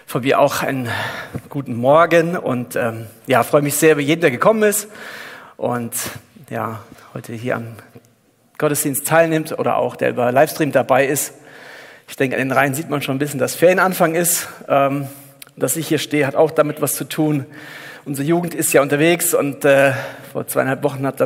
Von mir auch einen guten Morgen und freue mich sehr über jeden, der gekommen ist und heute hier am Gottesdienst teilnimmt oder auch der über Livestream dabei ist. Ich denke, an den Reihen sieht man schon ein bisschen, dass Ferienanfang ist. Dass ich hier stehe, hat auch damit was zu tun. Unsere Jugend ist ja unterwegs und vor 2,5 Wochen war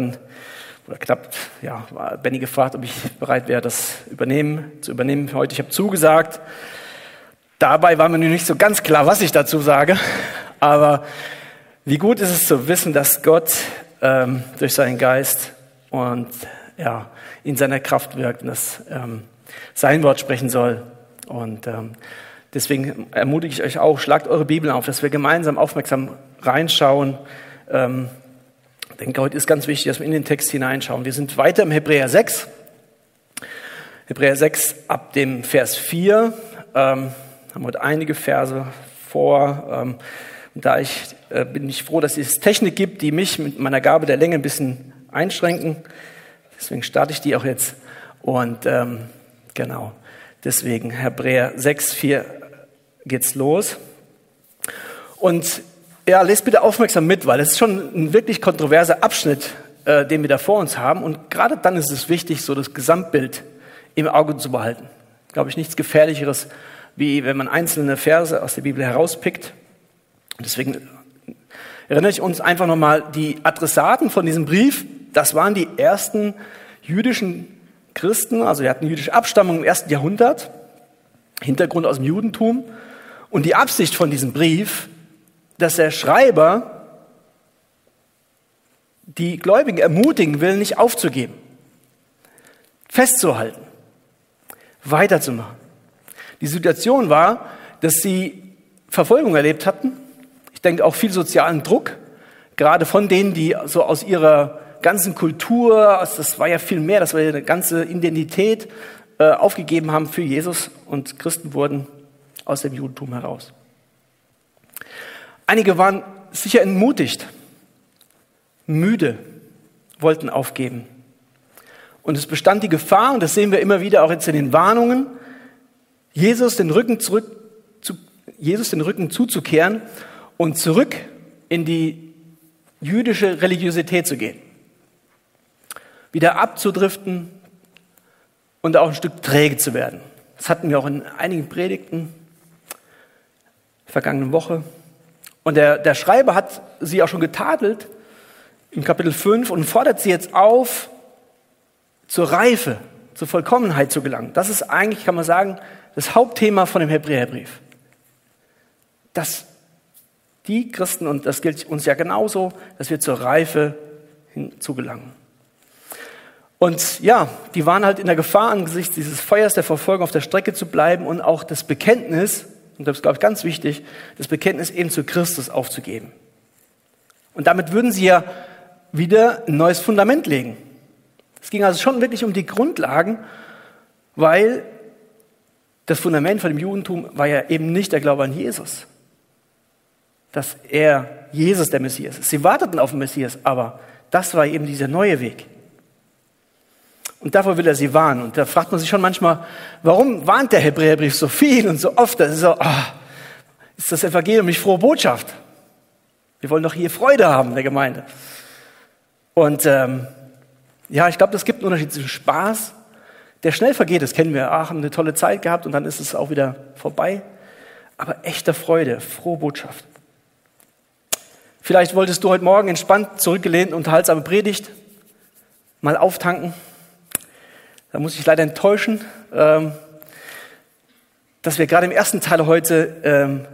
Benny gefragt, ob ich bereit wäre, das zu übernehmen heute. Ich habe zugesagt. Dabei war mir nicht so ganz klar, was ich dazu sage. Aber wie gut ist es zu wissen, dass Gott durch seinen Geist und in seiner Kraft wirkt und dass sein Wort sprechen soll. Und deswegen ermutige ich euch auch, schlagt eure Bibel auf, dass wir gemeinsam aufmerksam reinschauen. Ich denke, heute ist ganz wichtig, dass wir in den Text hineinschauen. Wir sind weiter im Hebräer 6. Hebräer 6 ab dem Vers 4. Haben heute einige Verse vor. Bin ich froh, dass es Technik gibt, die mich mit meiner Gabe der Länge ein bisschen einschränken. Deswegen starte ich die auch jetzt. Und deswegen Hebräer 6, 4 geht's los. Und lest bitte aufmerksam mit, weil es ist schon ein wirklich kontroverser Abschnitt, den wir da vor uns haben. Und gerade dann ist es wichtig, so das Gesamtbild im Auge zu behalten. Glaube ich, nichts Gefährlicheres, wie wenn man einzelne Verse aus der Bibel herauspickt. Und deswegen erinnere ich uns einfach nochmal, die Adressaten von diesem Brief, das waren die ersten jüdischen Christen, also die hatten jüdische Abstammung im 1. Jahrhundert, Hintergrund aus dem Judentum. Und die Absicht von diesem Brief, dass der Schreiber die Gläubigen ermutigen will, nicht aufzugeben, festzuhalten, weiterzumachen. Die Situation war, dass sie Verfolgung erlebt hatten. Ich denke auch viel sozialen Druck, gerade von denen, die so aus ihrer ganzen Kultur, das war ja viel mehr, das war ja eine ganze Identität, aufgegeben haben für Jesus und Christen wurden aus dem Judentum heraus. Einige waren sicher entmutigt, müde, wollten aufgeben. Und es bestand die Gefahr, und das sehen wir immer wieder auch jetzt in den Warnungen, Jesus den Rücken zuzukehren und zurück in die jüdische Religiosität zu gehen. Wieder abzudriften und auch ein Stück träge zu werden. Das hatten wir auch in einigen Predigten vergangene Woche. Und der Schreiber hat sie auch schon getadelt im Kapitel 5 und fordert sie jetzt auf, zur Reife, zur Vollkommenheit zu gelangen. Das ist eigentlich, kann man sagen, das Hauptthema von dem Hebräerbrief. Dass die Christen, und das gilt uns ja genauso, dass wir zur Reife hinzugelangen. Und die waren halt in der Gefahr, angesichts dieses Feuers der Verfolgung auf der Strecke zu bleiben und auch das Bekenntnis, und das ist, glaube ich, ganz wichtig, das Bekenntnis eben zu Christus aufzugeben. Und damit würden sie ja wieder ein neues Fundament legen. Es ging also schon wirklich um die Grundlagen, weil das Fundament von dem Judentum war ja eben nicht der Glaube an Jesus. Dass Jesus der Messias ist. Sie warteten auf den Messias, aber das war eben dieser neue Weg. Und davor will er sie warnen. Und da fragt man sich schon manchmal, warum warnt der Hebräerbrief so viel und so oft? Das ist so, ist das Evangelium nicht frohe Botschaft? Wir wollen doch hier Freude haben in der Gemeinde. Und ich glaube, das gibt einen Unterschied zwischen Spaß, der schnell vergeht, das kennen wir, haben eine tolle Zeit gehabt und dann ist es auch wieder vorbei. Aber echter Freude, frohe Botschaft. Vielleicht wolltest du heute Morgen entspannt, zurückgelehnt, unterhaltsame Predigt mal auftanken. Da muss ich leider enttäuschen, dass wir gerade im ersten Teil heute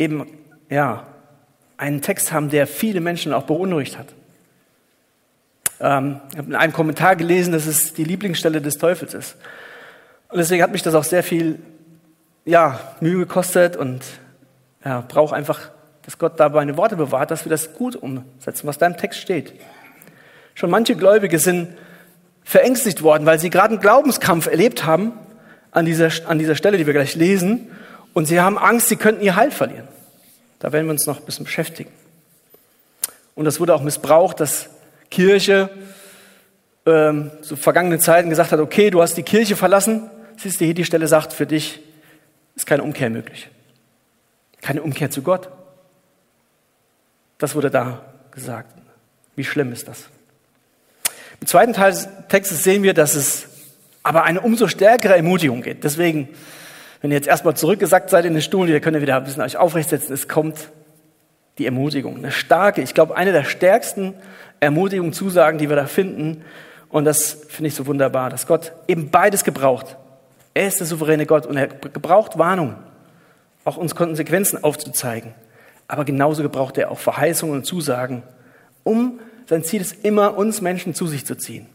einen Text haben, der viele Menschen auch beunruhigt hat. Ich habe in einem Kommentar gelesen, dass es die Lieblingsstelle des Teufels ist. Und deswegen hat mich das auch sehr viel Mühe gekostet und brauche einfach, dass Gott da meine Worte bewahrt, dass wir das gut umsetzen, was da im Text steht. Schon manche Gläubige sind verängstigt worden, weil sie gerade einen Glaubenskampf erlebt haben an dieser Stelle, die wir gleich lesen. Und sie haben Angst, sie könnten ihr Heil verlieren. Da werden wir uns noch ein bisschen beschäftigen. Und das wurde auch missbraucht, dass Kirche zu vergangenen Zeiten gesagt hat, okay, du hast die Kirche verlassen. Siehst du, hier die Stelle sagt, für dich ist keine Umkehr möglich. keine Umkehr zu Gott. Das wurde da gesagt. Wie schlimm ist das? Im zweiten Teil des Textes sehen wir, dass es aber eine umso stärkere Ermutigung geht. Deswegen, wenn ihr jetzt erstmal zurückgesackt seid in den Stuhl, ihr könnt wieder ein bisschen euch aufrecht setzen, es kommt die Ermutigung. Eine starke, ich glaube, eine der stärksten Ermutigungen, Zusagen, die wir da finden. Und das finde ich so wunderbar, dass Gott eben beides gebraucht. Er ist der souveräne Gott und er gebraucht Warnungen, auch uns Konsequenzen aufzuzeigen. Aber genauso gebraucht er auch Verheißungen und Zusagen, sein Ziel ist immer, uns Menschen zu sich zu ziehen.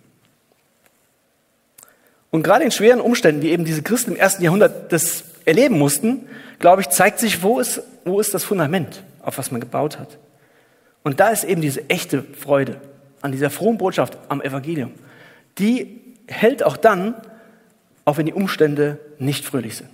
Und gerade in schweren Umständen, wie eben diese Christen im 1. Jahrhundert das erleben mussten, glaube ich, zeigt sich, wo ist das Fundament, auf was man gebaut hat. Und da ist eben diese echte Freude an dieser frohen Botschaft am Evangelium. Die hält auch dann, auch wenn die Umstände nicht fröhlich sind.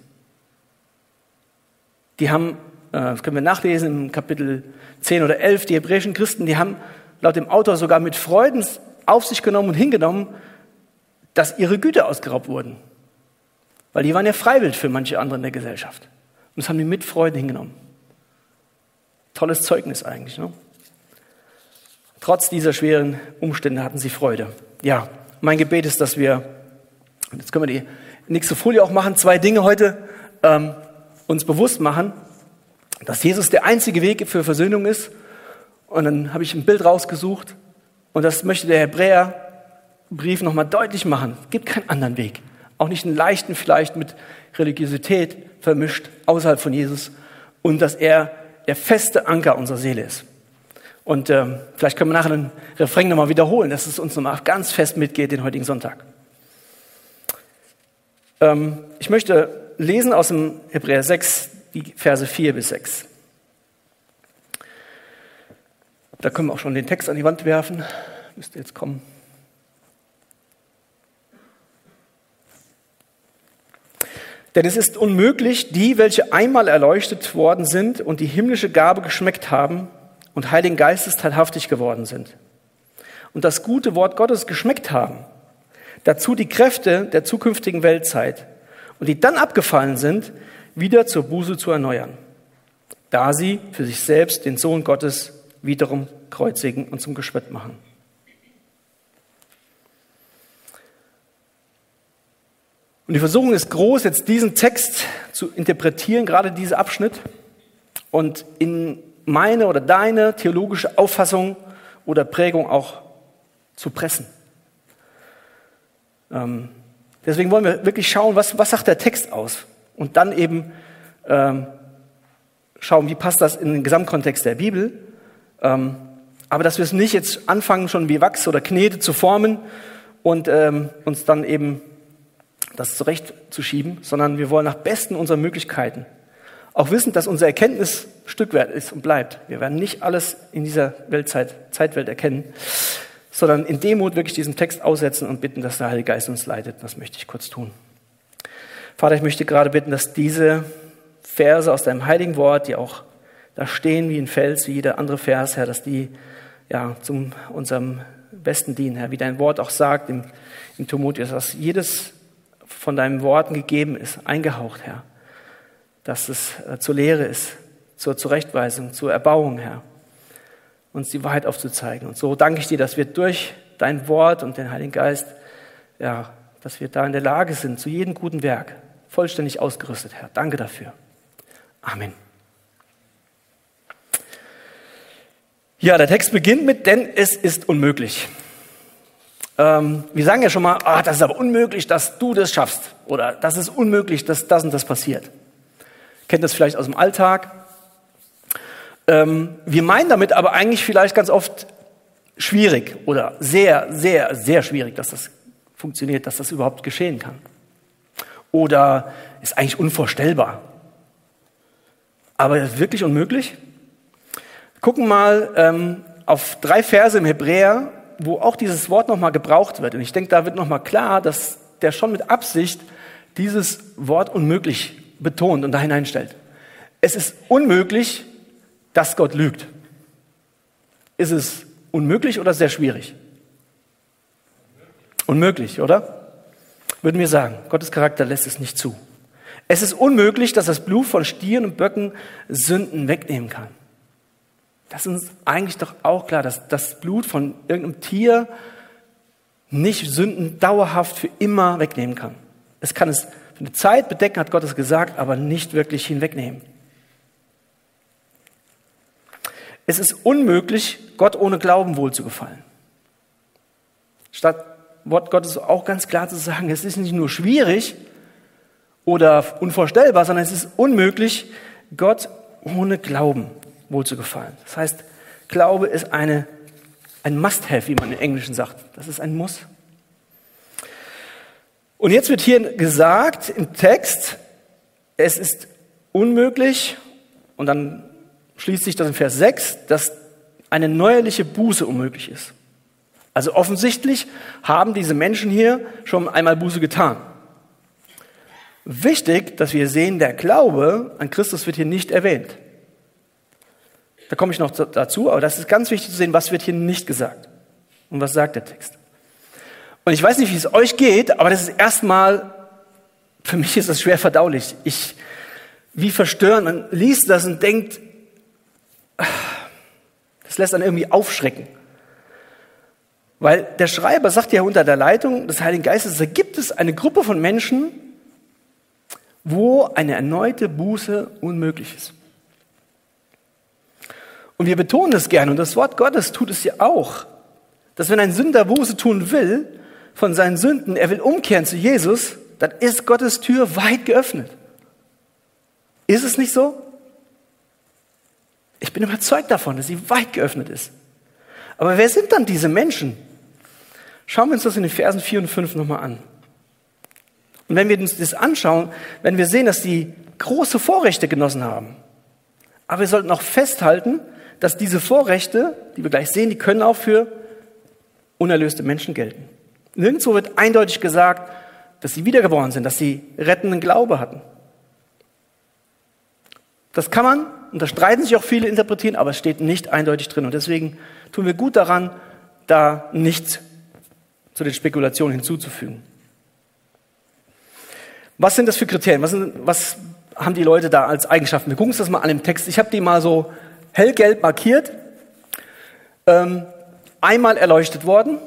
Die haben, das können wir nachlesen im Kapitel 10 oder 11, die hebräischen Christen, die haben laut dem Autor sogar mit Freuden auf sich genommen und hingenommen, dass ihre Güter ausgeraubt wurden. Weil die waren ja Freiwild für manche andere in der Gesellschaft. Und das haben die mit Freuden hingenommen. Tolles Zeugnis eigentlich, ne? Trotz dieser schweren Umstände hatten sie Freude. Ja, mein Gebet ist, dass wir, jetzt können wir die nächste Folie auch machen, 2 Dinge heute uns bewusst machen, dass Jesus der einzige Weg für Versöhnung ist. Und dann habe ich ein Bild rausgesucht und das möchte der Hebräerbrief nochmal deutlich machen. Es gibt keinen anderen Weg. Auch nicht einen leichten, vielleicht mit Religiosität vermischt, außerhalb von Jesus. Und dass er der feste Anker unserer Seele ist. Und vielleicht können wir nachher den Refrain nochmal wiederholen, dass es uns nochmal ganz fest mitgeht den heutigen Sonntag. Ich möchte lesen aus dem Hebräer 6, die Verse 4 bis 6. Da können wir auch schon den Text an die Wand werfen. Müsste jetzt kommen. Denn es ist unmöglich, die, welche einmal erleuchtet worden sind und die himmlische Gabe geschmeckt haben und Heiligen Geistes teilhaftig geworden sind und das gute Wort Gottes geschmeckt haben, dazu die Kräfte der zukünftigen Weltzeit und die dann abgefallen sind, wieder zur Buße zu erneuern, da sie für sich selbst den Sohn Gottes wiederum kreuzigen und zum Gespött machen. Und die Versuchung ist groß, jetzt diesen Text zu interpretieren, gerade diesen Abschnitt, und in meine oder deine theologische Auffassung oder Prägung auch zu pressen. Deswegen wollen wir wirklich schauen, was sagt der Text aus? Und dann eben schauen, wie passt das in den Gesamtkontext der Bibel. Aber dass wir es nicht jetzt anfangen, schon wie Wachs oder Knete zu formen und uns dann eben das zurechtzuschieben, sondern wir wollen nach besten unserer Möglichkeiten auch wissen, dass unsere Erkenntnis Stück wert ist und bleibt. Wir werden nicht alles in dieser Zeitwelt erkennen, sondern in Demut wirklich diesen Text aussetzen und bitten, dass der Heilige Geist uns leitet. Das möchte ich kurz tun. Vater, ich möchte gerade bitten, dass diese Verse aus deinem heiligen Wort, die auch da stehen wie ein Fels, wie jeder andere Vers, Herr, dass die ja zum unserem Besten dienen, Herr, wie dein Wort auch sagt im Timotheus, dass jedes von deinen Worten gegeben ist, eingehaucht, Herr, dass es zur Lehre ist, zur Zurechtweisung, zur Erbauung, Herr, uns die Wahrheit aufzuzeigen. Und so danke ich dir, dass wir durch dein Wort und den Heiligen Geist, ja, dass wir da in der Lage sind, zu jedem guten Werk, vollständig ausgerüstet, Herr. Danke dafür. Amen. Ja, der Text beginnt mit, denn es ist unmöglich. Wir sagen ja schon mal, das ist aber unmöglich, dass du das schaffst. Oder das ist unmöglich, dass das und das passiert. Kennt das vielleicht aus dem Alltag. Wir meinen damit aber eigentlich vielleicht ganz oft schwierig oder sehr, sehr, sehr schwierig, dass das funktioniert, dass das überhaupt geschehen kann. Oder ist eigentlich unvorstellbar. Aber wirklich unmöglich? Gucken mal auf 3 Verse im Hebräer, wo auch dieses Wort nochmal gebraucht wird. Und ich denke, da wird nochmal klar, dass der schon mit Absicht dieses Wort unmöglich betont und da hineinstellt. Es ist unmöglich, dass Gott lügt. Ist es unmöglich oder sehr schwierig? Unmöglich, oder? Würden wir sagen, Gottes Charakter lässt es nicht zu. Es ist unmöglich, dass das Blut von Stieren und Böcken Sünden wegnehmen kann. Das ist uns eigentlich doch auch klar, dass das Blut von irgendeinem Tier nicht Sünden dauerhaft für immer wegnehmen kann. Es kann es für eine Zeit bedecken, hat Gott es gesagt, aber nicht wirklich hinwegnehmen. Es ist unmöglich, Gott ohne Glauben wohlzugefallen. Statt Wort Gottes auch ganz klar zu sagen, es ist nicht nur schwierig oder unvorstellbar, sondern es ist unmöglich, Gott ohne Glauben wohlzugefallen. Das heißt, Glaube ist ein Must-have, wie man im Englischen sagt. Das ist ein Muss. Und jetzt wird hier gesagt im Text, es ist unmöglich, und dann schließt sich das in Vers 6, dass eine neuerliche Buße unmöglich ist. Also offensichtlich haben diese Menschen hier schon einmal Buße getan. Wichtig, dass wir sehen, der Glaube an Christus wird hier nicht erwähnt. Da komme ich noch dazu, aber das ist ganz wichtig zu sehen, was wird hier nicht gesagt. Und was sagt der Text? Und ich weiß nicht, wie es euch geht, aber das ist erstmal, für mich ist das schwer verdaulich. Wie verstörend, man liest das und denkt, das lässt einen irgendwie aufschrecken. Weil der Schreiber sagt ja unter der Leitung des Heiligen Geistes, da gibt es eine Gruppe von Menschen, wo eine erneute Buße unmöglich ist. Und wir betonen es gerne, und das Wort Gottes tut es ja auch, dass wenn ein Sünder Buße tun will von seinen Sünden, er will umkehren zu Jesus, dann ist Gottes Tür weit geöffnet. Ist es nicht so? Ich bin überzeugt davon, dass sie weit geöffnet ist. Aber wer sind dann diese Menschen? Schauen wir uns das in den Versen 4 und 5 nochmal an. Und wenn wir uns das anschauen, werden wir sehen, dass sie große Vorrechte genossen haben. Aber wir sollten auch festhalten, dass diese Vorrechte, die wir gleich sehen, die können auch für unerlöste Menschen gelten. Nirgendwo wird eindeutig gesagt, dass sie wiedergeboren sind, dass sie rettenden Glaube hatten. Das kann man, und da streiten sich auch viele interpretieren, aber es steht nicht eindeutig drin. Und deswegen tun wir gut daran, da nichts zu den Spekulationen hinzuzufügen. Was sind das für Kriterien? Was haben die Leute da als Eigenschaften? Wir gucken uns das mal an im Text. Ich habe die mal so hellgelb markiert. Einmal erleuchtet worden.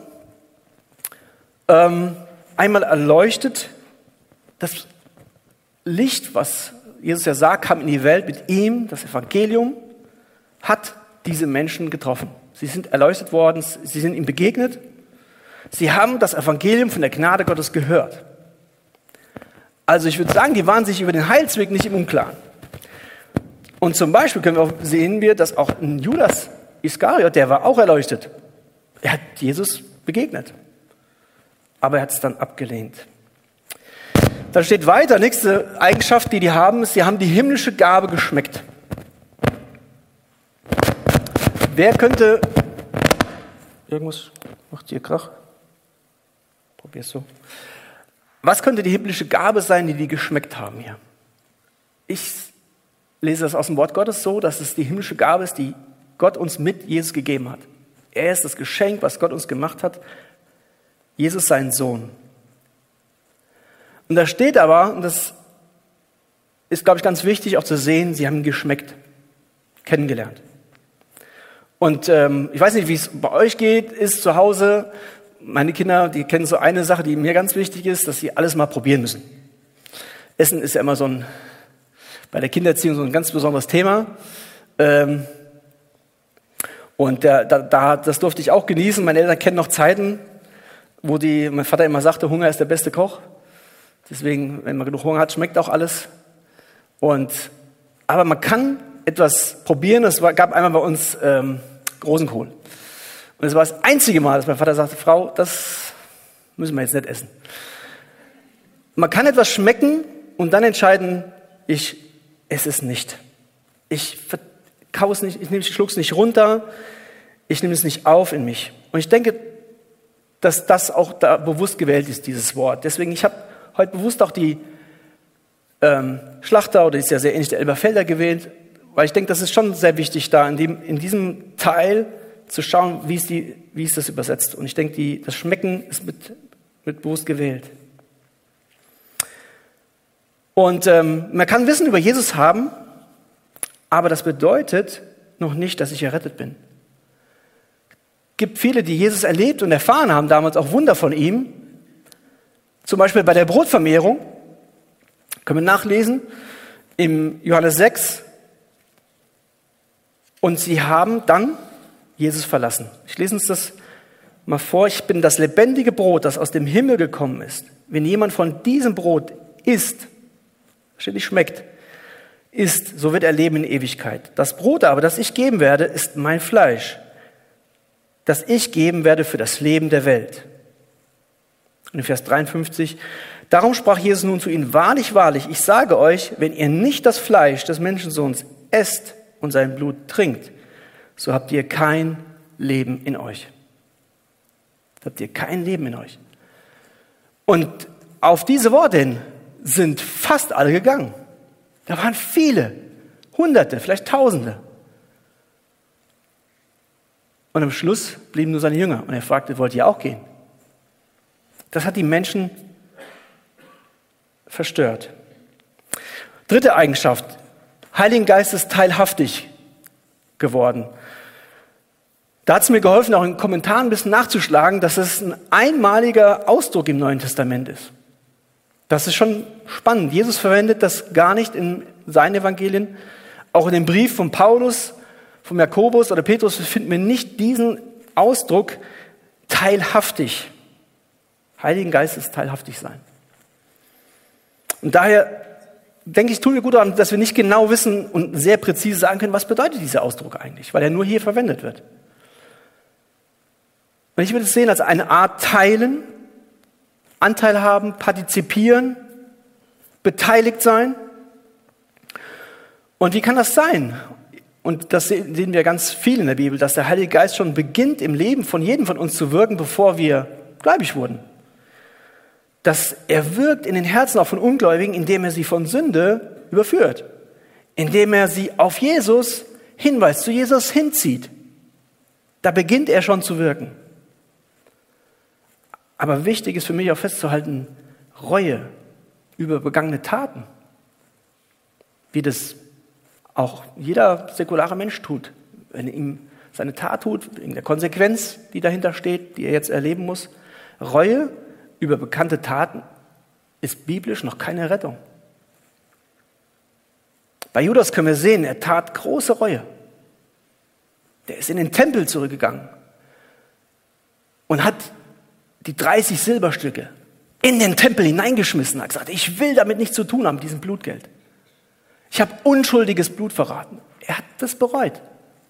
Einmal erleuchtet. Das Licht, was Jesus ja sagt, kam in die Welt mit ihm. Das Evangelium hat diese Menschen getroffen. Sie sind erleuchtet worden. Sie sind ihm begegnet. Sie haben das Evangelium von der Gnade Gottes gehört. Also ich würde sagen, die waren sich über den Heilsweg nicht im Unklaren. Und zum Beispiel sehen wir, dass auch ein Judas Iskariot, der war auch erleuchtet. Er hat Jesus begegnet. Aber er hat es dann abgelehnt. Dann steht weiter, nächste Eigenschaft, die haben, ist, sie haben die himmlische Gabe geschmeckt. Wer könnte... Irgendwas macht hier Krach? Probier's so. Was könnte die himmlische Gabe sein, die geschmeckt haben hier? Ich lese das aus dem Wort Gottes so, dass es die himmlische Gabe ist, die Gott uns mit Jesus gegeben hat. Er ist das Geschenk, was Gott uns gemacht hat. Jesus, sein Sohn. Und da steht aber, und das ist, glaube ich, ganz wichtig auch zu sehen, sie haben ihn geschmeckt, kennengelernt. Und ich weiß nicht, wie es bei euch geht, ist zu Hause... Meine Kinder, die kennen so eine Sache, die mir ganz wichtig ist, dass sie alles mal probieren müssen. Essen ist ja immer bei der Kindererziehung so ein ganz besonderes Thema. Und das durfte ich auch genießen. Meine Eltern kennen noch Zeiten, wo mein Vater immer sagte, Hunger ist der beste Koch. Deswegen, wenn man genug Hunger hat, schmeckt auch alles. Aber man kann etwas probieren. Es gab einmal bei uns Rosenkohl. Und es war das einzige Mal, dass mein Vater sagte, Frau, das müssen wir jetzt nicht essen. Man kann etwas schmecken und dann entscheiden, ich esse es nicht. Ich verkau es nicht, ich schluck's nicht runter, ich nehme es nicht auf in mich. Und ich denke, dass das auch da bewusst gewählt ist, dieses Wort. Deswegen, ich habe heute bewusst auch die Schlachter, oder die ist ja sehr ähnlich der Elberfelder gewählt, weil ich denke, das ist schon sehr wichtig da in diesem Teil zu schauen, wie ist das übersetzt. Und ich denke, das Schmecken ist mit bewusst gewählt. Und man kann Wissen über Jesus haben, aber das bedeutet noch nicht, dass ich errettet bin. Es gibt viele, die Jesus erlebt und erfahren haben, damals auch Wunder von ihm. Zum Beispiel bei der Brotvermehrung, können wir nachlesen, im Johannes 6. Und sie haben dann Jesus verlassen. Ich lese uns das mal vor. Ich bin das lebendige Brot, das aus dem Himmel gekommen ist. Wenn jemand von diesem Brot isst, nicht schmeckt, isst, so wird er leben in Ewigkeit. Das Brot aber, das ich geben werde, ist mein Fleisch, das ich geben werde für das Leben der Welt. Und in Vers 53, darum sprach Jesus nun zu ihnen, wahrlich, wahrlich, ich sage euch, wenn ihr nicht das Fleisch des Menschensohns esst und sein Blut trinkt, so habt ihr kein Leben in euch. Habt ihr kein Leben in euch. Und auf diese Worte hin sind fast alle gegangen. Da waren viele, Hunderte, vielleicht Tausende. Und am Schluss blieben nur seine Jünger. Und er fragte, wollt ihr auch gehen? Das hat die Menschen verstört. Dritte Eigenschaft, Heiligen Geistes teilhaftig geworden. Da hat es mir geholfen, auch in Kommentaren ein bisschen nachzuschlagen, dass es ein einmaliger Ausdruck im Neuen Testament ist. Das ist schon spannend. Jesus verwendet das gar nicht in seinen Evangelien. Auch in dem Brief von Paulus, von Jakobus oder Petrus finden wir nicht diesen Ausdruck teilhaftig. Heiligen Geistes teilhaftig sein. Und daher denke ich, tun wir gut daran, dass wir nicht genau wissen und sehr präzise sagen können, was bedeutet dieser Ausdruck eigentlich, weil er nur hier verwendet wird. Und ich würde es sehen als eine Art Teilen, Anteil haben, partizipieren, beteiligt sein. Und wie kann das sein? Und das sehen wir ganz viel in der Bibel, dass der Heilige Geist schon beginnt, im Leben von jedem von uns zu wirken, bevor wir gläubig wurden. Dass er wirkt in den Herzen auch von Ungläubigen, indem er sie von Sünde überführt. Indem er sie auf Jesus hinweist, zu Jesus hinzieht. Da beginnt er schon zu wirken. Aber wichtig ist für mich auch festzuhalten, Reue über begangene Taten. Wie das auch jeder säkulare Mensch tut. Wenn er ihm seine Tat tut, wegen der Konsequenz, die dahinter steht, die er jetzt erleben muss. Reue über bekannte Taten ist biblisch noch keine Rettung. Bei Judas können wir sehen, er tat große Reue. Der ist in den Tempel zurückgegangen und hat die 30 Silberstücke in den Tempel hineingeschmissen, hat gesagt, ich will damit nichts zu tun haben, mit diesem Blutgeld. Ich habe unschuldiges Blut verraten. Er hat das bereut.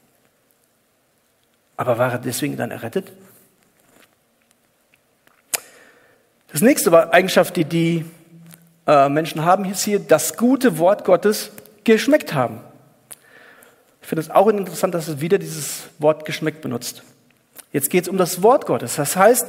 Aber war er deswegen dann errettet? Das nächste war Eigenschaft, die Menschen haben, ist hier das gute Wort Gottes geschmeckt haben. Ich finde es auch interessant, dass es wieder dieses Wort geschmeckt benutzt. Jetzt geht es um das Wort Gottes. Das heißt,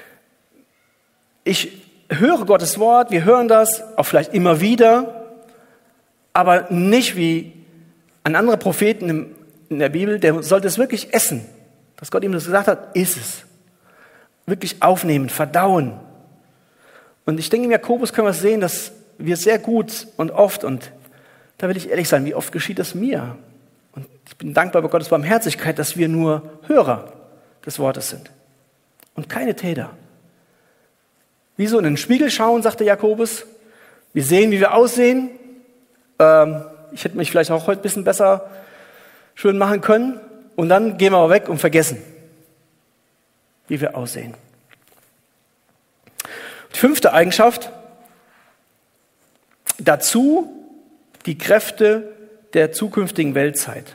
ich höre Gottes Wort, wir hören das auch vielleicht immer wieder, aber nicht wie ein anderer Propheten in der Bibel, der sollte es wirklich essen. Dass Gott ihm das gesagt hat, iss es. Wirklich aufnehmen, verdauen. Und ich denke, im Jakobus können wir sehen, dass wir sehr gut und oft, und da will ich ehrlich sein, wie oft geschieht das mir? Und ich bin dankbar bei Gottes Barmherzigkeit, dass wir nur Hörer des Wortes sind und keine Täter. Wie so in den Spiegel schauen, sagte Jakobus. Wir sehen, wie wir aussehen. Ich hätte mich vielleicht auch heute ein bisschen besser schön machen können. Und dann gehen wir aber weg und vergessen, wie wir aussehen. Die 5. Eigenschaft. Dazu die Kräfte der zukünftigen Weltzeit.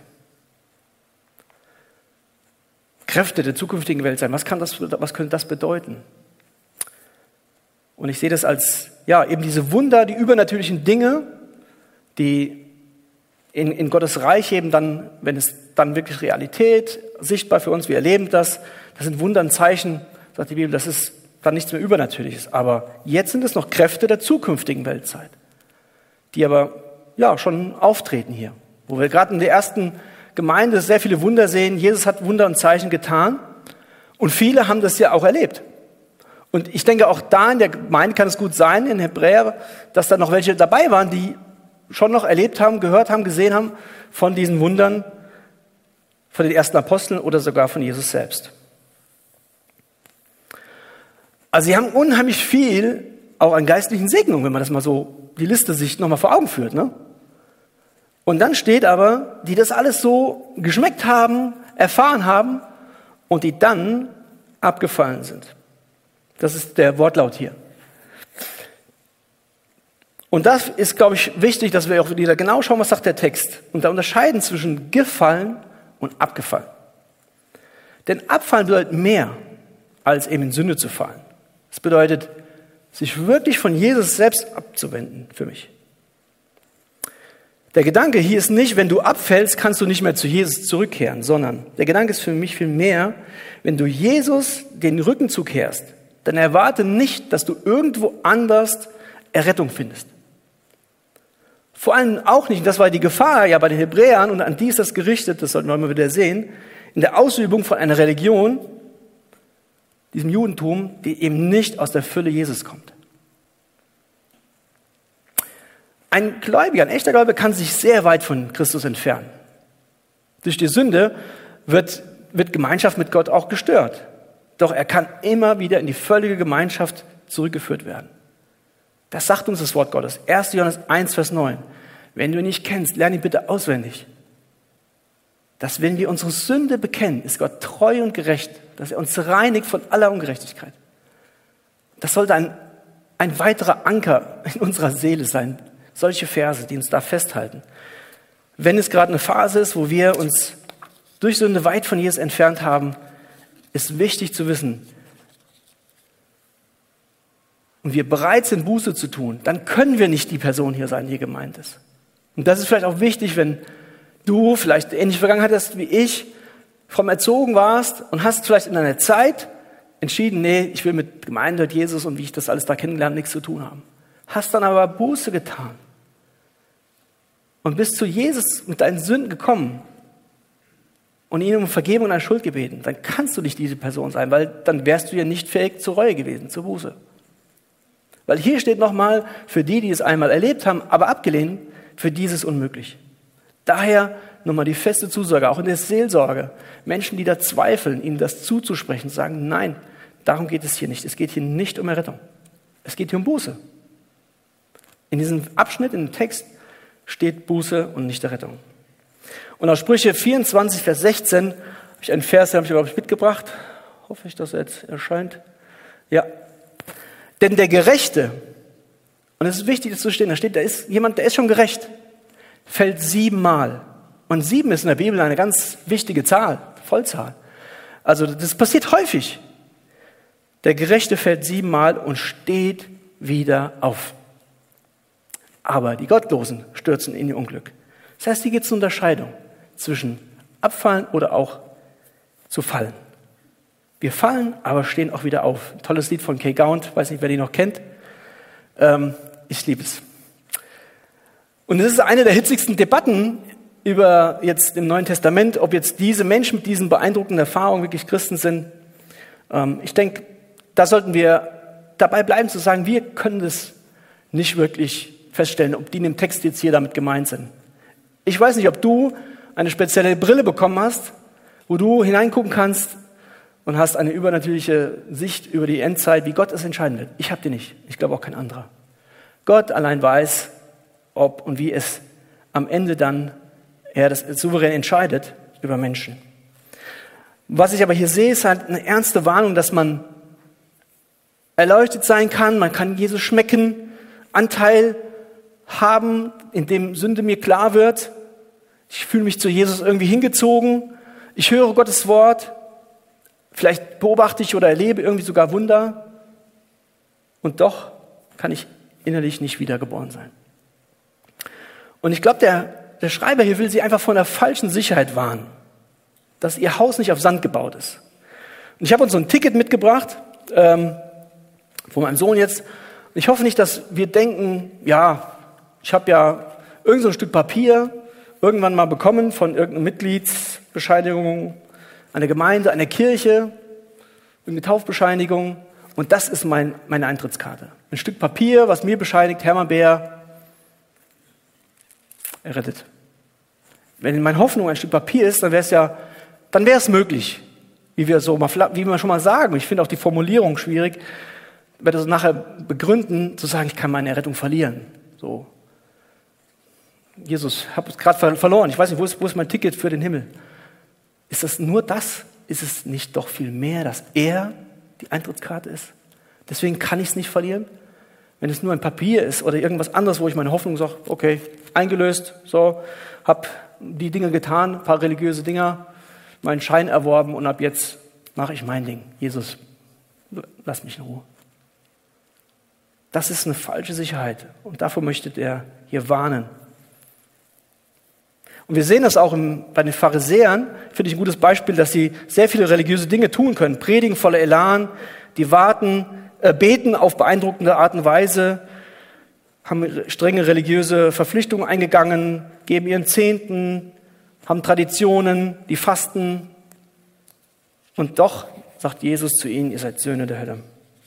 Kräfte der zukünftigen Weltzeit. Was könnte das bedeuten? Und ich sehe das als, eben diese Wunder, die übernatürlichen Dinge, die in Gottes Reich eben dann, wenn es dann wirklich Realität, sichtbar für uns, wir erleben das sind Wunder und Zeichen, sagt die Bibel, das ist dann nichts mehr Übernatürliches. Aber jetzt sind es noch Kräfte der zukünftigen Weltzeit, die aber, schon auftreten hier. Wo wir gerade in der ersten Gemeinde sehr viele Wunder sehen. Jesus hat Wunder und Zeichen getan und viele haben das ja auch erlebt. Und ich denke, auch da in der Gemeinde kann es gut sein, in Hebräer, dass da noch welche dabei waren, die schon noch erlebt haben, gehört haben, gesehen haben von diesen Wundern, von den ersten Aposteln oder sogar von Jesus selbst. Also sie haben unheimlich viel auch an geistlichen Segnungen, wenn man das mal so, die Liste sich nochmal vor Augen führt. Ne? Und dann steht aber, die das alles so geschmeckt haben, erfahren haben und die dann abgefallen sind. Das ist der Wortlaut hier. Und das ist, glaube ich, wichtig, dass wir auch wieder genau schauen, was sagt der Text. Und da unterscheiden zwischen gefallen und abgefallen. Denn abfallen bedeutet mehr, als eben in Sünde zu fallen. Es bedeutet, sich wirklich von Jesus selbst abzuwenden, für mich. Der Gedanke hier ist nicht, wenn du abfällst, kannst du nicht mehr zu Jesus zurückkehren, sondern der Gedanke ist für mich viel mehr, wenn du Jesus den Rücken zukehrst, dann erwarte nicht, dass du irgendwo anders Errettung findest. Vor allem auch nicht, das war die Gefahr ja bei den Hebräern und an die ist das gerichtet, das sollten wir immer wieder sehen, in der Ausübung von einer Religion, diesem Judentum, die eben nicht aus der Fülle Jesus kommt. Ein Gläubiger, ein echter Gläubiger kann sich sehr weit von Christus entfernen. Durch die Sünde wird Gemeinschaft mit Gott auch gestört. Doch er kann immer wieder in die völlige Gemeinschaft zurückgeführt werden. Das sagt uns das Wort Gottes. 1. Johannes 1, Vers 9. Wenn du ihn nicht kennst, lerne ihn bitte auswendig. Dass wenn wir unsere Sünde bekennen, ist Gott treu und gerecht, dass er uns reinigt von aller Ungerechtigkeit. Das sollte ein weiterer Anker in unserer Seele sein. Solche Verse, die uns da festhalten. Wenn es gerade eine Phase ist, wo wir uns durch Sünde weit von Jesus entfernt haben, ist wichtig zu wissen, und wir bereit sind, Buße zu tun, dann können wir nicht die Person hier sein, die hier gemeint ist. Und das ist vielleicht auch wichtig, wenn du vielleicht ähnliche Vergangenheit hast wie ich, fromm erzogen warst und hast vielleicht in einer Zeit entschieden, nee, ich will mit Gemeinde, mit Jesus und wie ich das alles da kennengelernt, nichts zu tun haben. Hast dann aber Buße getan und bist zu Jesus mit deinen Sünden gekommen und ihn um Vergebung deiner Schuld gebeten, dann kannst du nicht diese Person sein, weil dann wärst du ja nicht fähig zur Reue gewesen, zur Buße. Weil hier steht nochmal, für die es einmal erlebt haben, aber abgelehnt, für die ist es unmöglich. Daher nochmal die feste Zusage, auch in der Seelsorge. Menschen, die da zweifeln, ihnen das zuzusprechen, sagen, nein, darum geht es hier nicht. Es geht hier nicht um Errettung. Es geht hier um Buße. In diesem Abschnitt, in dem Text, steht Buße und nicht Errettung. Und aus Sprüche 24, Vers 16, habe ich einen Vers, den habe ich, glaube ich, mitgebracht. Hoffe ich, dass er jetzt erscheint. Ja. Denn der Gerechte, und es ist wichtig, das zu stehen, da steht, da ist jemand, der ist schon gerecht, fällt 7-mal. Und 7 ist in der Bibel eine ganz wichtige Zahl, Vollzahl. Also das passiert häufig. Der Gerechte fällt 7-mal und steht wieder auf. Aber die Gottlosen stürzen in ihr Unglück. Das heißt, hier gibt es eine Unterscheidung zwischen abfallen oder auch zu fallen. Wir fallen, aber stehen auch wieder auf. Ein tolles Lied von Kay Gaunt, weiß nicht, wer die noch kennt. Ich liebe es. Und es ist eine der hitzigsten Debatten über jetzt im Neuen Testament, ob jetzt diese Menschen mit diesen beeindruckenden Erfahrungen wirklich Christen sind. Ich denke, da sollten wir dabei bleiben zu sagen, wir können das nicht wirklich feststellen, ob die in dem Text jetzt hier damit gemeint sind. Ich weiß nicht, ob du eine spezielle Brille bekommen hast, wo du hineingucken kannst und hast eine übernatürliche Sicht über die Endzeit, wie Gott es entscheiden wird. Ich habe die nicht. Ich glaube auch kein anderer. Gott allein weiß, ob und wie es am Ende dann er das souverän entscheidet über Menschen. Was ich aber hier sehe, ist halt eine ernste Warnung, dass man erleuchtet sein kann, man kann Jesus schmecken, Anteil haben, in dem Sünde mir klar wird. Ich fühle mich zu Jesus irgendwie hingezogen. Ich höre Gottes Wort. Vielleicht beobachte ich oder erlebe irgendwie sogar Wunder. Und doch kann ich innerlich nicht wiedergeboren sein. Und ich glaube, der Schreiber hier will sie einfach von der falschen Sicherheit warnen, dass ihr Haus nicht auf Sand gebaut ist. Und ich habe uns so ein Ticket mitgebracht, von meinem Sohn jetzt. Und ich hoffe nicht, dass wir denken, ja, ich habe ja irgend so ein Stück Papier irgendwann mal bekommen von irgendeiner Mitgliedsbescheinigung, einer Gemeinde, einer Kirche, irgendeine Taufbescheinigung. und das ist meine Eintrittskarte. Ein Stück Papier, was mir bescheinigt, Hermann Beer errettet. Wenn meine Hoffnung ein Stück Papier ist, dann wäre es möglich, wie wir schon mal sagen. Ich finde auch die Formulierung schwierig, ich werde das nachher begründen, zu sagen, ich kann meine Errettung verlieren. So. Jesus, ich habe es gerade verloren. Ich weiß nicht, wo ist mein Ticket für den Himmel? Ist das nur das? Ist es nicht doch viel mehr, dass er die Eintrittskarte ist? Deswegen kann ich es nicht verlieren. Wenn es nur ein Papier ist oder irgendwas anderes, wo ich meine Hoffnung sage, okay, eingelöst, so, habe die Dinge getan, ein paar religiöse Dinger, meinen Schein erworben und ab jetzt mache ich mein Ding. Jesus, lass mich in Ruhe. Das ist eine falsche Sicherheit und davor möchte er hier warnen. Und wir sehen das auch bei den Pharisäern, finde ich ein gutes Beispiel, dass sie sehr viele religiöse Dinge tun können. Predigen voller Elan, die beten auf beeindruckende Art und Weise, haben strenge religiöse Verpflichtungen eingegangen, geben ihren Zehnten, haben Traditionen, die fasten. Und doch sagt Jesus zu ihnen, ihr seid Söhne der Hölle.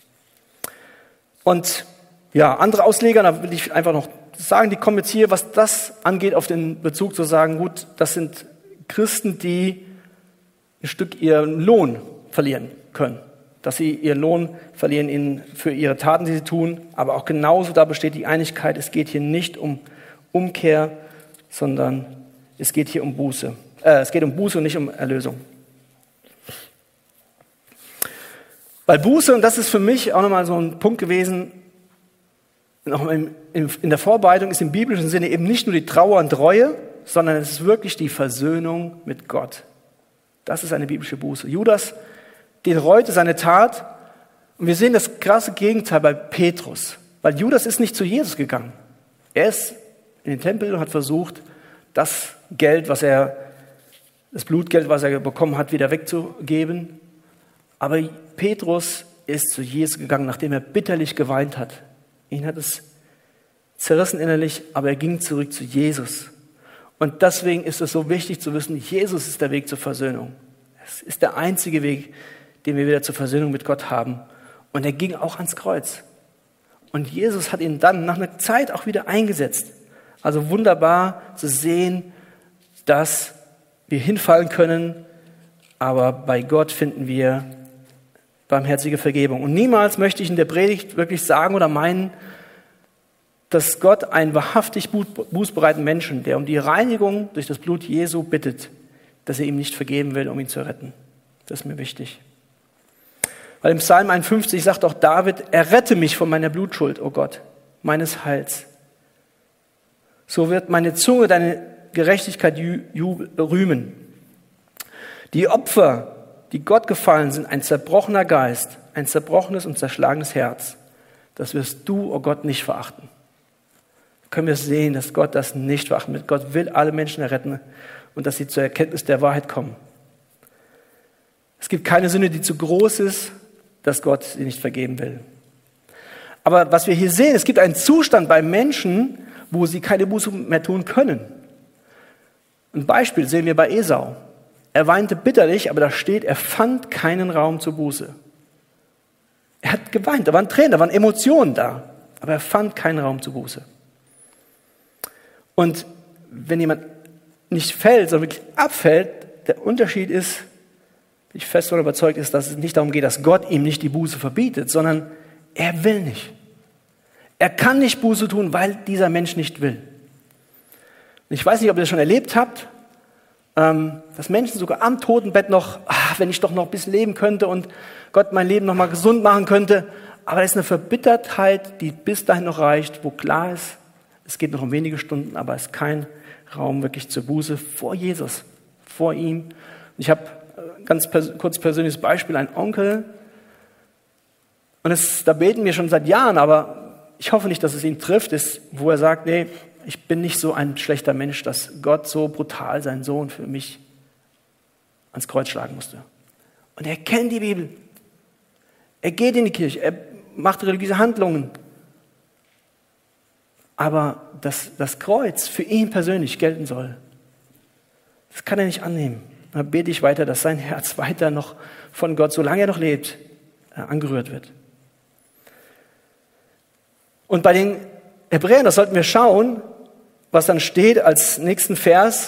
Und ja, andere Ausleger, da will ich einfach noch sagen, die kommen jetzt hier, was das angeht, auf den Bezug zu sagen, gut, das sind Christen, die ein Stück ihren Lohn verlieren können. Dass sie ihren Lohn verlieren für ihre Taten, die sie tun. Aber auch genauso, da besteht die Einigkeit, es geht hier nicht um Umkehr, sondern es geht hier um Buße. Es geht um Buße und nicht um Erlösung. Weil Buße, und das ist für mich auch nochmal so ein Punkt gewesen, noch in der Vorbereitung ist im biblischen Sinne eben nicht nur die Trauer und Reue, sondern es ist wirklich die Versöhnung mit Gott. Das ist eine biblische Buße. Judas, den reute seine Tat, und wir sehen das krasse Gegenteil bei Petrus, weil Judas ist nicht zu Jesus gegangen. Er ist in den Tempel und hat versucht, das Blutgeld, was er bekommen hat, wieder wegzugeben. Aber Petrus ist zu Jesus gegangen, nachdem er bitterlich geweint hat. Ihn hat es zerrissen innerlich, aber er ging zurück zu Jesus. Und deswegen ist es so wichtig zu wissen, Jesus ist der Weg zur Versöhnung. Es ist der einzige Weg, den wir wieder zur Versöhnung mit Gott haben. Und er ging auch ans Kreuz. Und Jesus hat ihn dann nach einer Zeit auch wieder eingesetzt. Also wunderbar zu sehen, dass wir hinfallen können, aber bei Gott finden wir barmherzige Vergebung. Und niemals möchte ich in der Predigt wirklich sagen oder meinen, dass Gott einen wahrhaftig bußbereiten Menschen, der um die Reinigung durch das Blut Jesu bittet, dass er ihm nicht vergeben will, um ihn zu retten. Das ist mir wichtig. Weil im Psalm 51 sagt auch David, errette mich von meiner Blutschuld, o Gott, meines Heils. So wird meine Zunge deine Gerechtigkeit rühmen. Die Opfer, die Gott gefallen sind, ein zerbrochener Geist, ein zerbrochenes und zerschlagenes Herz. Das wirst du, o Gott, nicht verachten. Da können wir sehen, dass Gott das nicht verachten wird. Gott will alle Menschen erretten und dass sie zur Erkenntnis der Wahrheit kommen. Es gibt keine Sünde, die zu groß ist, dass Gott sie nicht vergeben will. Aber was wir hier sehen, es gibt einen Zustand bei Menschen, wo sie keine Buße mehr tun können. Ein Beispiel sehen wir bei Esau. Er weinte bitterlich, aber da steht, er fand keinen Raum zur Buße. Er hat geweint, da waren Tränen, da waren Emotionen da, aber er fand keinen Raum zur Buße. Und wenn jemand nicht fällt, sondern wirklich abfällt, der Unterschied ist, wie ich fest davon überzeugt ist, dass es nicht darum geht, dass Gott ihm nicht die Buße verbietet, sondern er will nicht. Er kann nicht Buße tun, weil dieser Mensch nicht will. Ich weiß nicht, ob ihr das schon erlebt habt, dass Menschen sogar am Totenbett noch, wenn ich doch noch ein bisschen leben könnte und Gott mein Leben noch mal gesund machen könnte, aber es ist eine Verbittertheit, die bis dahin noch reicht, wo klar ist, es geht noch um wenige Stunden, aber es ist kein Raum wirklich zur Buße vor Jesus, vor ihm. Ich habe ganz kurz persönliches Beispiel, ein Onkel, und da beten wir schon seit Jahren, aber ich hoffe nicht, dass es ihn trifft, ist, wo er sagt, nee, ich bin nicht so ein schlechter Mensch, dass Gott so brutal seinen Sohn für mich ans Kreuz schlagen musste. Und er kennt die Bibel. Er geht in die Kirche, er macht religiöse Handlungen. Aber dass das Kreuz für ihn persönlich gelten soll, das kann er nicht annehmen. Da bete ich weiter, dass sein Herz weiter noch von Gott, solange er noch lebt, angerührt wird. Und bei den Hebräern, das sollten wir schauen, was dann steht als nächsten Vers.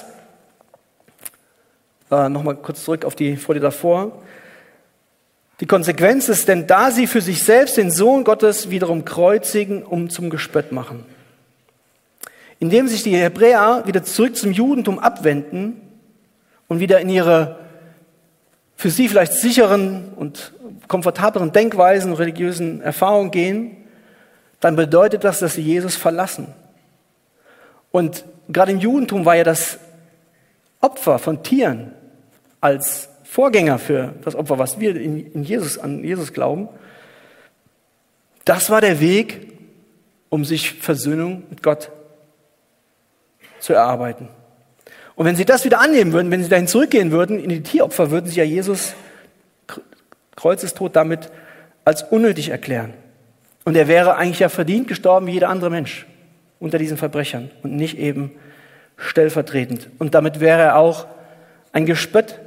Nochmal kurz zurück auf die Folie davor. Die Konsequenz ist, denn da sie für sich selbst den Sohn Gottes wiederum kreuzigen, um zum Gespött machen. Indem sich die Hebräer wieder zurück zum Judentum abwenden und wieder in ihre für sie vielleicht sicheren und komfortableren Denkweisen, religiösen Erfahrungen gehen, dann bedeutet das, dass sie Jesus verlassen. Und gerade im Judentum war ja das Opfer von Tieren als Vorgänger für das Opfer, was wir an Jesus glauben, das war der Weg, um sich Versöhnung mit Gott zu erarbeiten. Und wenn sie das wieder annehmen würden, wenn sie dahin zurückgehen würden, in die Tieropfer, würden sie ja Jesus Kreuzestod damit als unnötig erklären. Und er wäre eigentlich ja verdient gestorben wie jeder andere Mensch unter diesen Verbrechern und nicht eben stellvertretend. Und damit wäre er auch ein Gespött.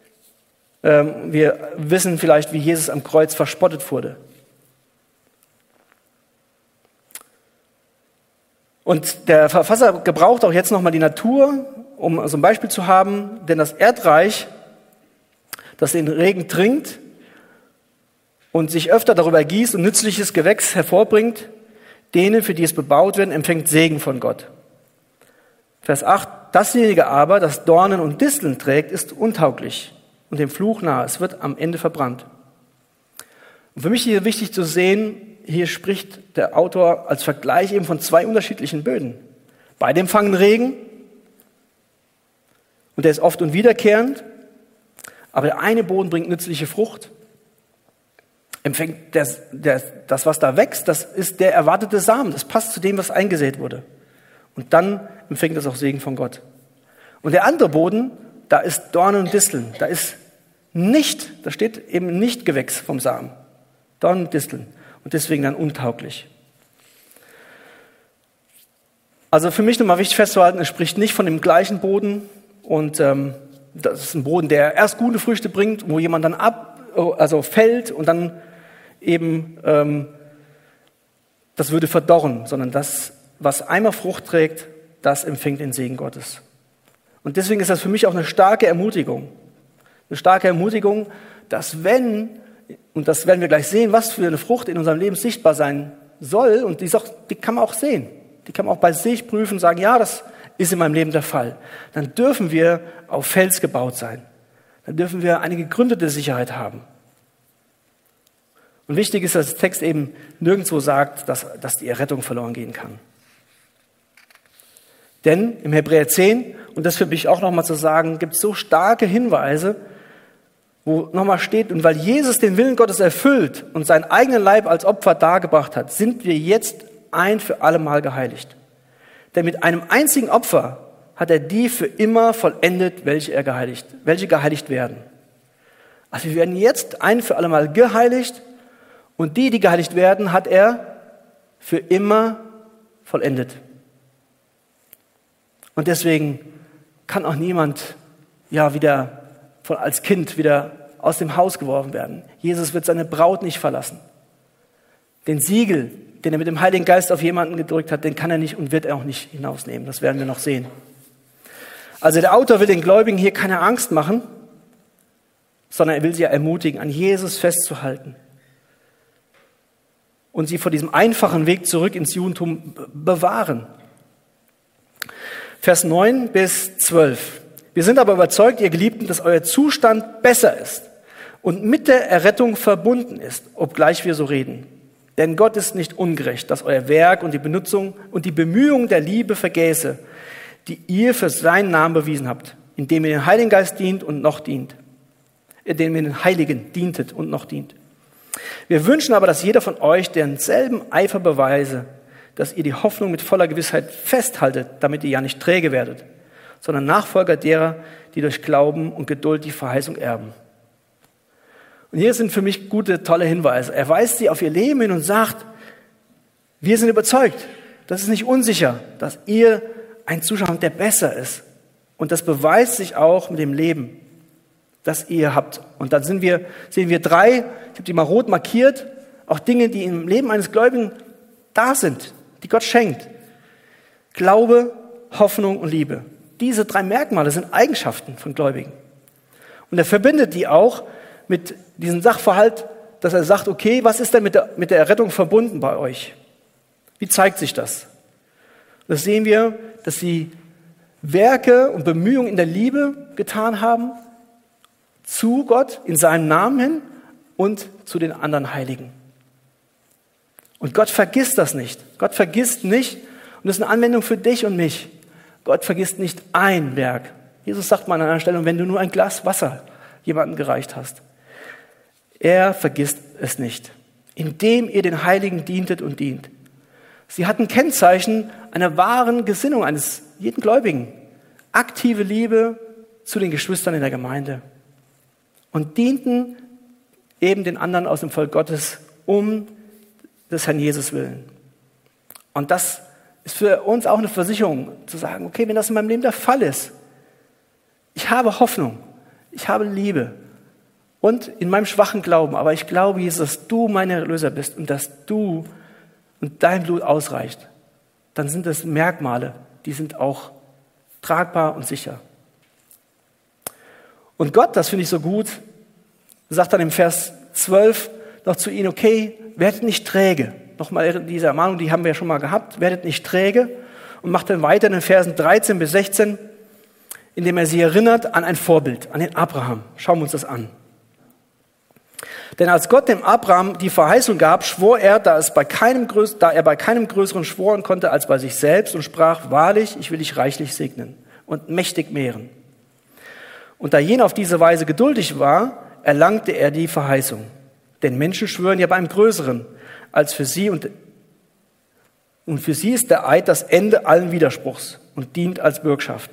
Wir wissen vielleicht, wie Jesus am Kreuz verspottet wurde. Und der Verfasser gebraucht auch jetzt nochmal die Natur, um so ein Beispiel zu haben, denn das Erdreich, das den Regen trinkt und sich öfter darüber ergießt und nützliches Gewächs hervorbringt, denen, für die es bebaut werden, empfängt Segen von Gott. Vers 8, dasjenige aber, das Dornen und Disteln trägt, ist untauglich und dem Fluch nahe, es wird am Ende verbrannt. Und für mich hier wichtig zu sehen, hier spricht der Autor als Vergleich eben von zwei unterschiedlichen Böden. Beide empfangen Regen und der ist oft und wiederkehrend, aber der eine Boden bringt nützliche Frucht, empfängt das, was da wächst, das ist der erwartete Samen, das passt zu dem, was eingesät wurde. Und dann empfängt es auch Segen von Gott. Und der andere Boden, da ist Dornen und Disteln, da steht eben nicht Gewächs vom Samen, Dornen und Disteln. Und deswegen dann untauglich. Also für mich nochmal wichtig festzuhalten, es spricht nicht von dem gleichen Boden. Und das ist ein Boden, der erst gute Früchte bringt, wo jemand dann fällt und dann eben das würde verdorren. Sondern das, was einmal Frucht trägt, das empfängt den Segen Gottes. Und deswegen ist das für mich auch eine starke Ermutigung. Eine starke Ermutigung, dass und das werden wir gleich sehen, was für eine Frucht in unserem Leben sichtbar sein soll. Und die kann man auch sehen. Die kann man auch bei sich prüfen und sagen, ja, das ist in meinem Leben der Fall. Dann dürfen wir auf Fels gebaut sein. Dann dürfen wir eine gegründete Sicherheit haben. Und wichtig ist, dass der Text eben nirgendwo sagt, dass die Errettung verloren gehen kann. Denn im Hebräer 10, und das für mich auch nochmal zu sagen, gibt es so starke Hinweise, wo nochmal steht, und weil Jesus den Willen Gottes erfüllt und seinen eigenen Leib als Opfer dargebracht hat, sind wir jetzt ein für alle Mal geheiligt. Denn mit einem einzigen Opfer hat er die für immer vollendet, welche geheiligt werden. Also wir werden jetzt ein für alle Mal geheiligt und die geheiligt werden, hat er für immer vollendet. Und deswegen kann auch niemand wieder als Kind wieder aus dem Haus geworfen werden. Jesus wird seine Braut nicht verlassen. Den Siegel, den er mit dem Heiligen Geist auf jemanden gedrückt hat, den kann er nicht und wird er auch nicht hinausnehmen. Das werden wir noch sehen. Also der Autor will den Gläubigen hier keine Angst machen, sondern er will sie ja ermutigen, an Jesus festzuhalten und sie vor diesem einfachen Weg zurück ins Judentum bewahren. Vers 9 bis 12. Wir sind aber überzeugt, ihr Geliebten, dass euer Zustand besser ist und mit der Errettung verbunden ist, obgleich wir so reden. Denn Gott ist nicht ungerecht, dass euer Werk und die Benutzung und die Bemühung der Liebe vergäße, die ihr für seinen Namen bewiesen habt, indem ihr den Heiligen Geist dient und noch dient. Indem ihr den Heiligen dientet und noch dient. Wir wünschen aber, dass jeder von euch denselben Eifer beweise, dass ihr die Hoffnung mit voller Gewissheit festhaltet, damit ihr ja nicht träge werdet, sondern Nachfolger derer, die durch Glauben und Geduld die Verheißung erben. Und hier sind für mich gute, tolle Hinweise. Er weist sie auf ihr Leben hin und sagt, wir sind überzeugt, das ist nicht unsicher, dass ihr einen Zustand habt, der besser ist. Und das beweist sich auch mit dem Leben, das ihr habt. Und dann sehen wir 3, ich habe die mal rot markiert, auch Dinge, die im Leben eines Gläubigen da sind, die Gott schenkt. Glaube, Hoffnung und Liebe. Diese 3 Merkmale sind Eigenschaften von Gläubigen. Und er verbindet die auch mit diesem Sachverhalt, dass er sagt, okay, was ist denn mit der Errettung verbunden bei euch? Wie zeigt sich das? Das sehen wir, dass sie Werke und Bemühungen in der Liebe getan haben zu Gott, in seinem Namen hin und zu den anderen Heiligen. Und Gott vergisst das nicht. Gott vergisst nicht, und das ist eine Anwendung für dich und mich, Gott vergisst nicht ein Werk. Jesus sagt mal an einer Stelle, wenn du nur ein Glas Wasser jemandem gereicht hast, er vergisst es nicht, indem ihr den Heiligen dientet und dient. Sie hatten Kennzeichen einer wahren Gesinnung eines jeden Gläubigen. Aktive Liebe zu den Geschwistern in der Gemeinde. Und dienten eben den anderen aus dem Volk Gottes um des Herrn Jesus willen. Und das ist für uns auch eine Versicherung, zu sagen, okay, wenn das in meinem Leben der Fall ist, ich habe Hoffnung, ich habe Liebe und in meinem schwachen Glauben, aber ich glaube, Jesus, dass du mein Erlöser bist und dass du und dein Blut ausreicht, dann sind das Merkmale, die sind auch tragbar und sicher. Und Gott, das finde ich so gut, sagt dann im Vers 12 noch zu ihnen, okay, werdet nicht träge. Nochmal diese Ermahnung, die haben wir ja schon mal gehabt, werdet nicht träge. Und macht dann weiter in den Versen 13 bis 16, indem er sie erinnert an ein Vorbild, an den Abraham. Schauen wir uns das an. Denn als Gott dem Abraham die Verheißung gab, schwor er, da er bei keinem größeren schworen konnte als bei sich selbst und sprach, wahrlich, ich will dich reichlich segnen und mächtig mehren. Und da jener auf diese Weise geduldig war, erlangte er die Verheißung. Denn Menschen schwören ja bei einem Größeren als für sie und für sie ist der Eid das Ende allen Widerspruchs und dient als Bürgschaft.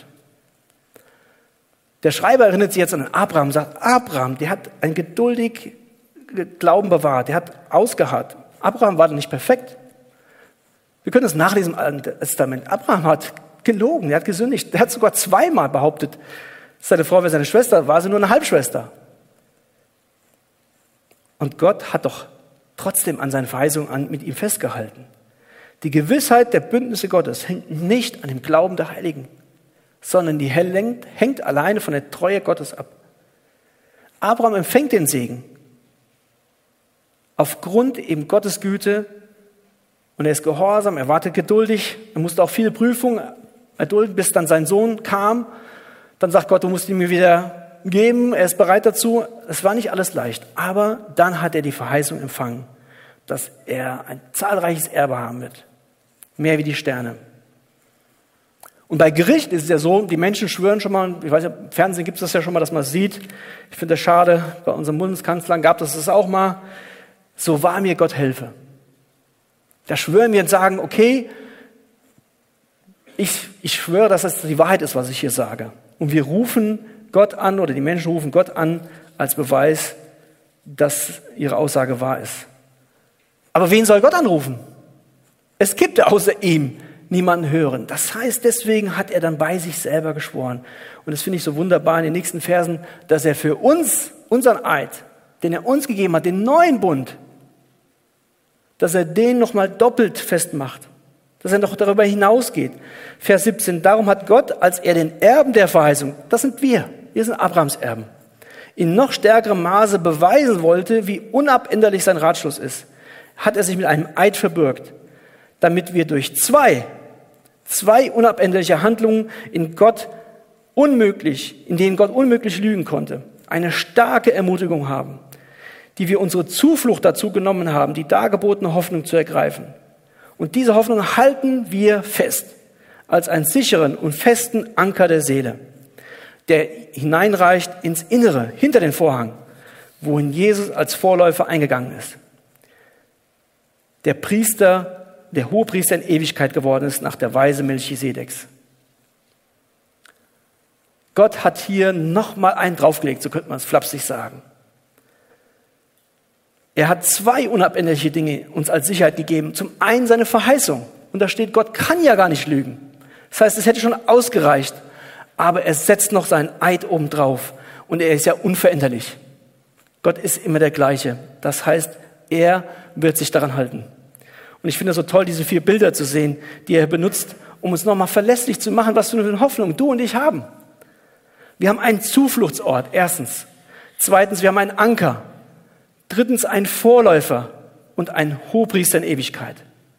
Der Schreiber erinnert sich jetzt an Abraham, sagt, Abraham, der hat einen geduldig Glauben bewahrt, der hat ausgeharrt. Abraham war nicht perfekt. Wir können das nachlesen im Alten Testament. Abraham hat gelogen, er hat gesündigt. Er hat sogar 2-mal behauptet, seine Frau wäre seine Schwester, war sie nur eine Halbschwester. Und Gott hat doch trotzdem an seinen Verheißungen mit ihm festgehalten. Die Gewissheit der Bündnisse Gottes hängt nicht an dem Glauben der Heiligen, sondern die hängt alleine von der Treue Gottes ab. Abraham empfängt den Segen aufgrund eben Gottes Güte und er ist gehorsam, er wartet geduldig, er musste auch viele Prüfungen erdulden, bis dann sein Sohn kam. Dann sagt Gott, du musst ihn mir wieder geben, er ist bereit dazu. Es war nicht alles leicht, aber dann hat er die Verheißung empfangen, dass er ein zahlreiches Erbe haben wird, mehr wie die Sterne. Und bei Gericht ist es ja so, die Menschen schwören schon mal, ich weiß ja, im Fernsehen gibt es das ja schon mal, dass man es sieht. Ich finde das schade, bei unserem Bundeskanzler gab es das auch mal. So wahr mir Gott helfe. Da schwören wir und sagen, okay, ich schwöre, dass das die Wahrheit ist, was ich hier sage. Und wir rufen Gott an, oder die Menschen rufen Gott an, als Beweis, dass ihre Aussage wahr ist. Aber wen soll Gott anrufen? Es gibt außer ihm niemanden hören. Das heißt, deswegen hat er dann bei sich selber geschworen. Und das finde ich so wunderbar in den nächsten Versen, dass er für uns, unseren Eid, den er uns gegeben hat, den neuen Bund, dass er den nochmal doppelt festmacht. Dass er noch darüber hinausgeht. Vers 17, darum hat Gott, als er den Erben der Verheißung, das sind wir sind Abrahams Erben, in noch stärkerem Maße beweisen wollte, wie unabänderlich sein Ratschluss ist, hat er sich mit einem Eid verbürgt, damit wir durch zwei unabänderliche Handlungen, in denen Gott unmöglich lügen konnte, eine starke Ermutigung haben, die wir unsere Zuflucht dazu genommen haben, die dargebotene Hoffnung zu ergreifen. Und diese Hoffnung halten wir fest, als einen sicheren und festen Anker der Seele, der hineinreicht ins Innere, hinter den Vorhang, wohin Jesus als Vorläufer eingegangen ist. Der Hohepriester in Ewigkeit geworden ist, nach der Weise Melchisedeks. Gott hat hier nochmal einen draufgelegt, so könnte man es flapsig sagen. Er hat 2 unabänderliche Dinge uns als Sicherheit gegeben. Zum einen seine Verheißung. Und da steht, Gott kann ja gar nicht lügen. Das heißt, es hätte schon ausgereicht. Aber er setzt noch seinen Eid obendrauf. Und er ist ja unveränderlich. Gott ist immer der gleiche. Das heißt, er wird sich daran halten. Und Und ich finde es so toll, diese 4 Bilder zu sehen, die er benutzt, um uns nochmal verlässlich zu machen, was für eine Hoffnung du und ich haben. Wir haben einen Zufluchtsort, erstens. Zweitens, wir haben einen Anker. Drittens, einen Vorläufer und einen Hohepriester in Ewigkeit.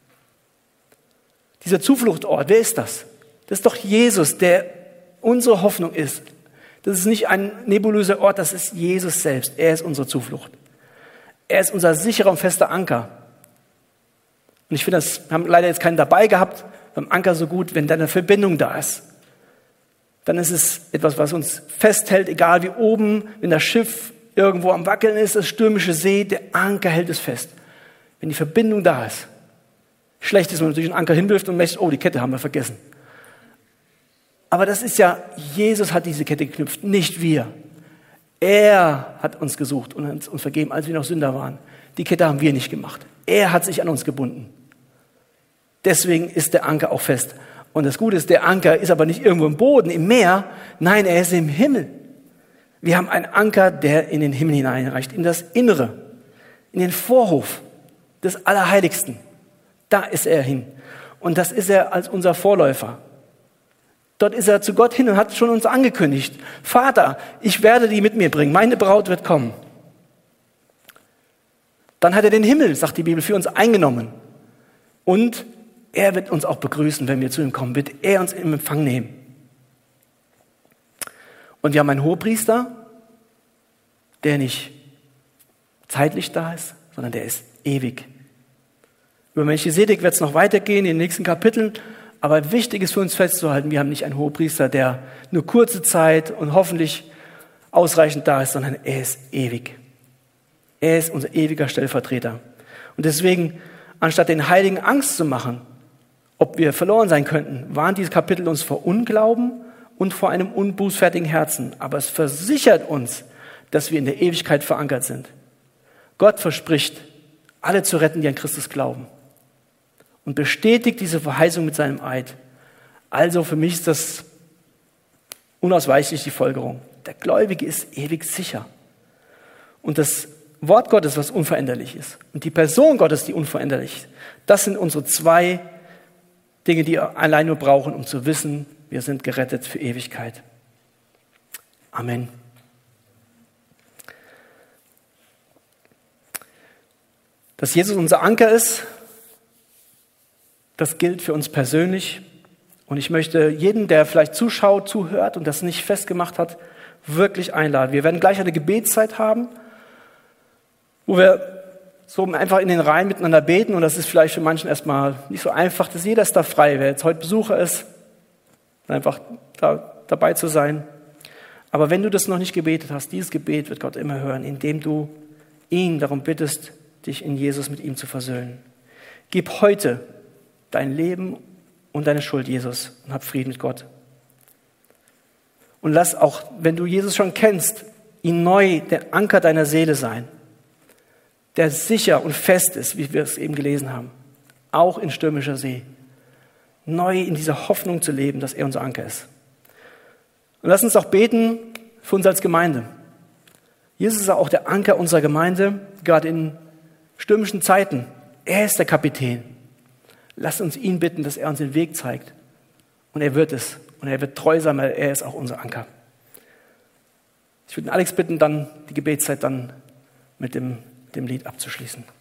Dieser Zufluchtsort, wer ist das? Das ist doch Jesus, der unsere Hoffnung ist. Das ist nicht ein nebulöser Ort, das ist Jesus selbst. Er ist unsere Zuflucht. Er ist unser sicherer und fester Anker. Und ich finde, wir haben leider jetzt keinen dabei gehabt, beim Anker so gut, wenn da eine Verbindung da ist. Dann ist es etwas, was uns festhält, egal wie oben, wenn das Schiff irgendwo am Wackeln ist, das stürmische See, der Anker hält es fest. Wenn die Verbindung da ist. Schlecht ist, wenn man natürlich einen Anker hinwirft und merkt, oh, die Kette haben wir vergessen. Aber das ist ja, Jesus hat diese Kette geknüpft, nicht wir. Er hat uns gesucht und uns vergeben, als wir noch Sünder waren. Die Kette haben wir nicht gemacht. Er hat sich an uns gebunden. Deswegen ist der Anker auch fest. Und das Gute ist, der Anker ist aber nicht irgendwo im Boden, im Meer. Nein, er ist im Himmel. Wir haben einen Anker, der in den Himmel hineinreicht, in das Innere, in den Vorhof des Allerheiligsten. Da ist er hin. Und das ist er als unser Vorläufer. Dort ist er zu Gott hin und hat schon uns angekündigt: Vater, ich werde die mit mir bringen, meine Braut wird kommen. Dann hat er den Himmel, sagt die Bibel, für uns eingenommen. Und er wird uns auch begrüßen, wenn wir zu ihm kommen, wird er uns in Empfang nehmen. Und wir haben einen Hohepriester, der nicht zeitlich da ist, sondern der ist ewig. Über Melchisedek wird es noch weitergehen in den nächsten Kapiteln, aber wichtig ist für uns festzuhalten, wir haben nicht einen Hohepriester, der nur kurze Zeit und hoffentlich ausreichend da ist, sondern er ist ewig. Er ist unser ewiger Stellvertreter. Und deswegen, anstatt den Heiligen Angst zu machen, ob wir verloren sein könnten, warnt dieses Kapitel uns vor Unglauben und vor einem unbußfertigen Herzen. Aber es versichert uns, dass wir in der Ewigkeit verankert sind. Gott verspricht, alle zu retten, die an Christus glauben. Und bestätigt diese Verheißung mit seinem Eid. Also für mich ist das unausweichlich die Folgerung. Der Gläubige ist ewig sicher. Und das Wort Gottes, was unveränderlich ist, und die Person Gottes, die unveränderlich ist, das sind unsere 2 Dinge, die wir allein nur brauchen, um zu wissen, wir sind gerettet für Ewigkeit. Amen. Dass Jesus unser Anker ist, das gilt für uns persönlich. Und ich möchte jeden, der vielleicht zuschaut, zuhört und das nicht festgemacht hat, wirklich einladen. Wir werden gleich eine Gebetszeit haben, wo wir so einfach in den Reihen miteinander beten. Und das ist vielleicht für manchen erstmal nicht so einfach, dass jeder ist da frei. Wer jetzt heute Besucher ist, einfach dabei zu sein. Aber wenn du das noch nicht gebetet hast, dieses Gebet wird Gott immer hören, indem du ihn darum bittest, dich in Jesus mit ihm zu versöhnen. Gib heute dein Leben und deine Schuld Jesus und hab Frieden mit Gott. Und lass auch, wenn du Jesus schon kennst, ihn neu der Anker deiner Seele sein, der sicher und fest ist, wie wir es eben gelesen haben, auch in stürmischer See. Neu in dieser Hoffnung zu leben, dass er unser Anker ist. Und lass uns auch beten für uns als Gemeinde. Jesus ist auch der Anker unserer Gemeinde, gerade in stürmischen Zeiten. Er ist der Kapitän. Lass uns ihn bitten, dass er uns den Weg zeigt. Und er wird es. Und er wird treu sein, weil er ist auch unser Anker. Ich würde Alex bitten, dann die Gebetszeit dann mit dem Lied abzuschließen.